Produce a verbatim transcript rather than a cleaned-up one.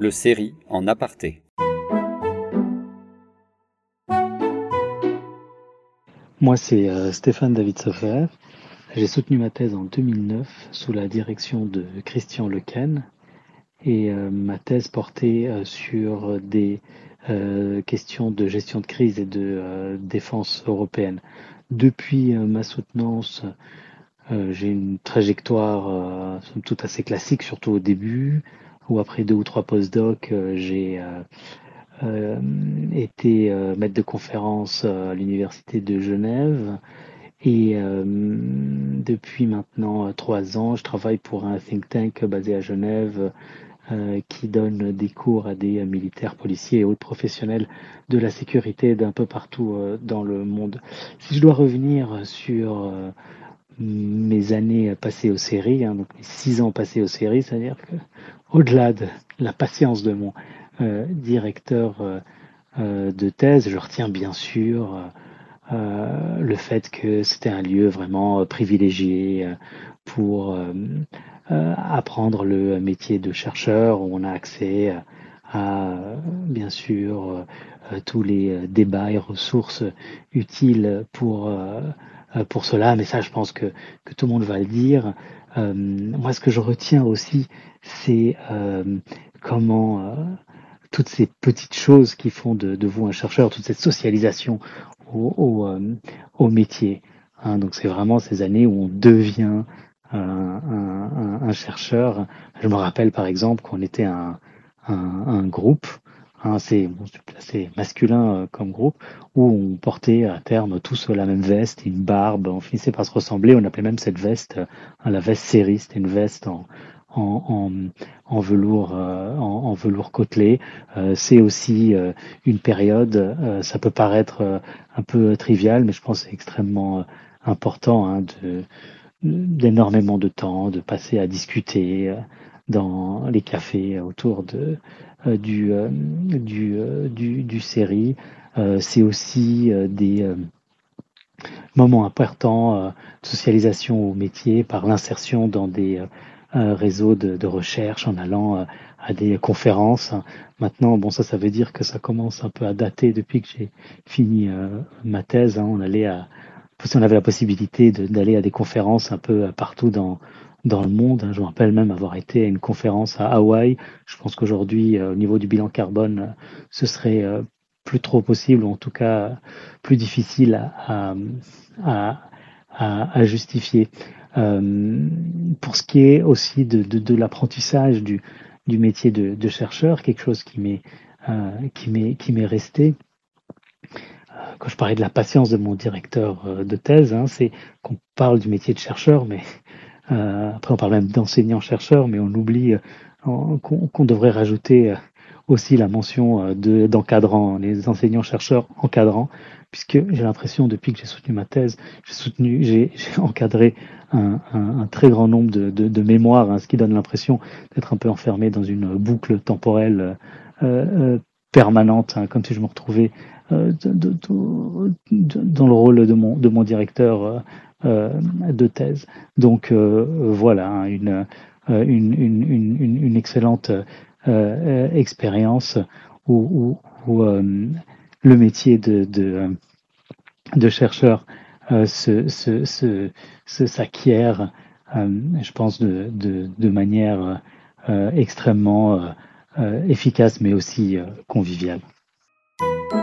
le série en aparté. Moi, c'est euh, Stéphane David Soffer. J'ai soutenu ma thèse en deux mille neuf sous la direction de Christian Lequesne et euh, ma thèse portait euh, sur des euh, questions de gestion de crise et de euh, défense européenne. Depuis euh, ma soutenance, euh, j'ai une trajectoire euh, somme toute assez classique, surtout au début, où après deux ou trois post-doc, euh, j'ai euh, euh, été euh, maître de conférence euh, à l'université de Genève. Et euh, depuis maintenant euh, trois ans, je travaille pour un think tank basé à Genève euh, qui donne des cours à des euh, militaires, policiers et autres professionnels de la sécurité d'un peu partout euh, dans le monde. Si je dois revenir sur euh, mes années passées aux séries, hein, donc mes six ans passés aux séries, c'est-à-dire que au-delà de la patience de mon euh, directeur euh, euh, de thèse, je retiens bien sûr euh, euh, le fait que c'était un lieu vraiment euh, privilégié euh, pour euh, euh, apprendre le métier de chercheur, où on a accès à, à, bien sûr euh, euh, tous les euh, débats et ressources utiles pour euh, euh, pour cela. Mais ça, je pense que que tout le monde va le dire. Euh, moi, ce que je retiens aussi, c'est euh, comment euh, toutes ces petites choses qui font de, de vous un chercheur, toute cette socialisation au, au, euh, au métier. Hein, donc c'est vraiment ces années où on devient un, un, un, un chercheur. Je me rappelle par exemple qu'on était un, un, un groupe, hein, c'est bon, assez masculin euh, comme groupe, où on portait à terme tous la même veste, une barbe, on finissait par se ressembler, on appelait même cette veste euh, la veste série, c'était une veste en, en, en, en velours euh, en, en velours côtelé. Euh, c'est aussi euh, une période, euh, ça peut paraître euh, un peu trivial, mais je pense que c'est extrêmement euh, important hein, de, d'énormément de temps, de passer à discuter euh, dans les cafés autour de, euh, du, euh, du, euh, du, du série. Euh, c'est aussi euh, des euh, moments importants euh, de socialisation au métier par l'insertion dans des euh, euh, réseaux de, de recherche en allant euh, à des conférences. Maintenant, bon, ça, ça veut dire que ça commence un peu à dater depuis que j'ai fini euh, ma thèse. Hein. On allait à, si on avait la possibilité de, d'aller à des conférences un peu partout dans dans le monde. Hein. Je me rappelle même avoir été à une conférence à Hawaï. Je pense qu'aujourd'hui, euh, au niveau du bilan carbone, euh, ce serait euh, plus trop possible, ou en tout cas plus difficile à, à, à, à justifier. Euh, pour ce qui est aussi de, de, de l'apprentissage du, du métier de, de chercheur, quelque chose qui m'est euh, qui m'est qui m'est resté. Quand je parlais de la patience de mon directeur euh, de thèse, hein, c'est qu'on parle du métier de chercheur, mais euh, après on parle même d'enseignant-chercheur, mais on oublie euh, qu'on, qu'on devrait rajouter euh, aussi la mention euh, de, d'encadrant, les enseignants-chercheurs encadrants, puisque j'ai l'impression, depuis que j'ai soutenu ma thèse, j'ai soutenu, j'ai, j'ai encadré un, un, un très grand nombre de, de, de mémoires, hein, ce qui donne l'impression d'être un peu enfermé dans une boucle temporelle euh, euh, permanente, hein, comme si je me retrouvais euh, de, de, de, dans le rôle de mon, de mon directeur euh, euh, de thèse. Donc euh, voilà, hein, une, une, une, une, une excellente euh, expérience où, où, où euh, le métier de, de, de chercheur euh, se, se, se, se s'acquiert, euh, je pense, de, de, de manière euh, extrêmement euh, efficace, mais aussi euh, conviviale.